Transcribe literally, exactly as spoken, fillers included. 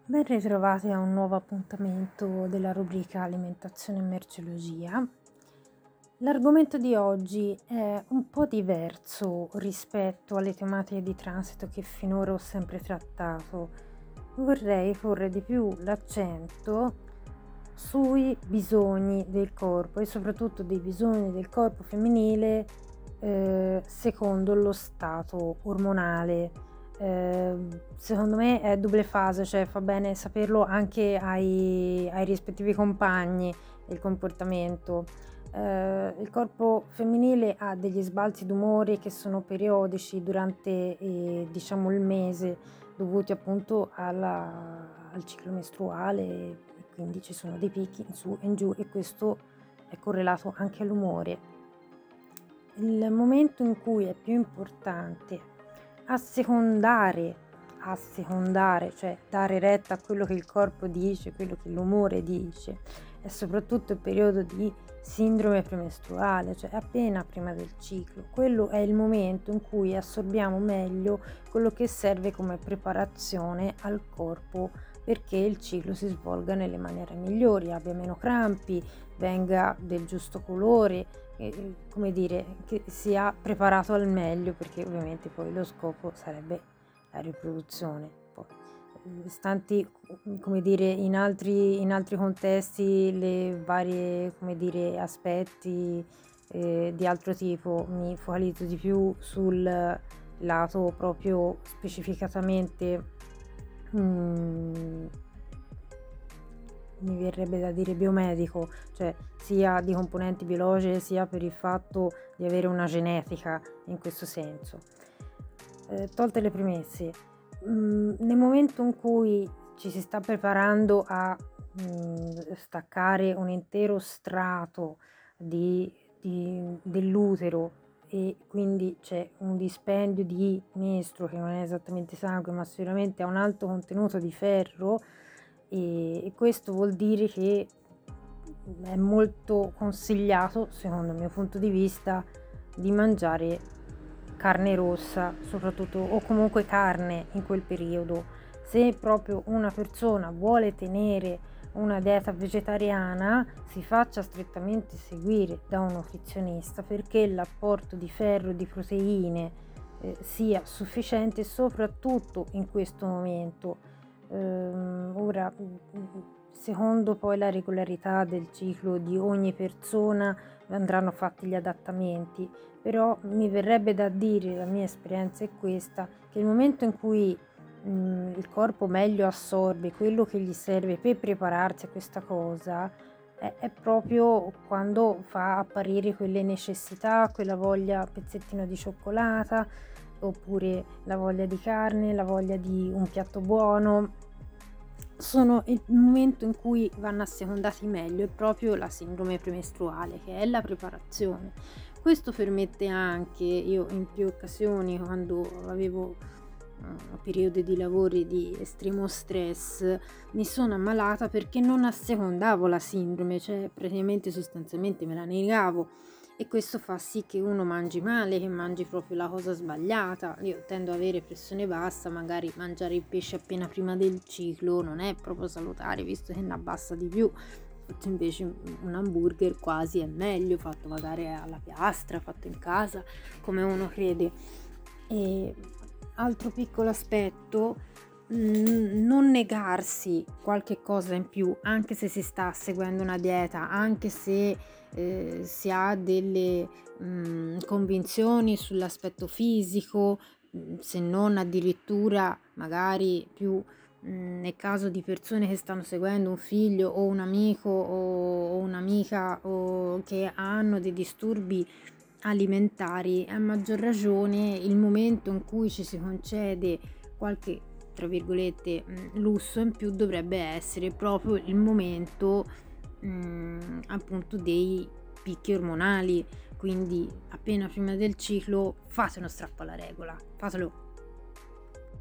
Ben ritrovati a un nuovo appuntamento della rubrica Alimentazione e Merceologia. L'argomento di oggi è un po' diverso rispetto alle tematiche di transito che finora ho sempre trattato. Vorrei porre di più l'accento sui bisogni del corpo e soprattutto dei bisogni del corpo femminile eh, secondo lo stato ormonale. Eh, secondo me è double fase, cioè fa bene saperlo anche ai, ai rispettivi compagni, il comportamento. Eh, il corpo femminile ha degli sbalzi d'umore che sono periodici durante eh, diciamo il mese, dovuti appunto alla, al ciclo mestruale, e quindi ci sono dei picchi in su e in giù, e questo è correlato anche all'umore. Il momento in cui è più importante assecondare, assecondare, cioè dare retta a quello che il corpo dice, quello che l'umore dice, è soprattutto il periodo di sindrome premestruale, cioè appena prima del ciclo. Quello è il momento in cui assorbiamo meglio quello che serve come preparazione al corpo perché il ciclo si svolga nelle maniere migliori, abbia meno crampi, venga del giusto colore, eh, come dire, che sia preparato al meglio, perché ovviamente poi lo scopo sarebbe la riproduzione. Poi, stanti, come dire, in altri, in altri contesti le varie, come dire, aspetti eh, di altro tipo, mi focalizzo di più sul lato proprio specificatamente mm, mi verrebbe da dire biomedico, cioè sia di componenti biologiche sia per il fatto di avere una genetica in questo senso. Eh, tolte le premesse, mh, nel momento in cui ci si sta preparando a mh, staccare un intero strato di, di, dell'utero, e quindi c'è un dispendio di mestro che non è esattamente sangue ma sicuramente ha un alto contenuto di ferro, e, e questo vuol dire che è molto consigliato, secondo il mio punto di vista, di mangiare carne rossa, soprattutto, o comunque carne in quel periodo. Se proprio una persona vuole tenere una dieta vegetariana, si faccia strettamente seguire da un nutrizionista perché l'apporto di ferro e di proteine eh, sia sufficiente, soprattutto in questo momento. Ehm, ora, secondo poi la regolarità del ciclo di ogni persona andranno fatti gli adattamenti, però mi verrebbe da dire, la mia esperienza è questa, che il momento in cui mh, il corpo meglio assorbe quello che gli serve per prepararsi a questa cosa è, è proprio quando fa apparire quelle necessità, quella voglia pezzettino di cioccolata, oppure la voglia di carne, la voglia di un piatto buono. Sono il momento in cui vanno assecondati meglio, è proprio la sindrome premestruale, che è la preparazione. Questo permette anche, io in più occasioni quando avevo uh, periodi di lavori di estremo stress, mi sono ammalata perché non assecondavo la sindrome, cioè praticamente sostanzialmente me la negavo, e questo fa sì che uno mangi male, che mangi proprio la cosa sbagliata. Io tendo ad avere pressione bassa, magari mangiare il pesce appena prima del ciclo non è proprio salutare visto che ne abbassa di più. Invece un hamburger quasi è meglio, fatto magari alla piastra, fatto in casa, come uno crede. E altro piccolo aspetto, non negarsi qualche cosa in più, anche se si sta seguendo una dieta, anche se eh, si ha delle mh, convinzioni sull'aspetto fisico, mh, se non addirittura magari più mh, nel caso di persone che stanno seguendo un figlio o un amico o, o un'amica o che hanno dei disturbi alimentari, a maggior ragione il momento in cui ci si concede qualche, tra virgolette, lusso in più dovrebbe essere proprio il momento mh, appunto dei picchi ormonali, quindi appena prima del ciclo fate uno strappo alla regola, fatelo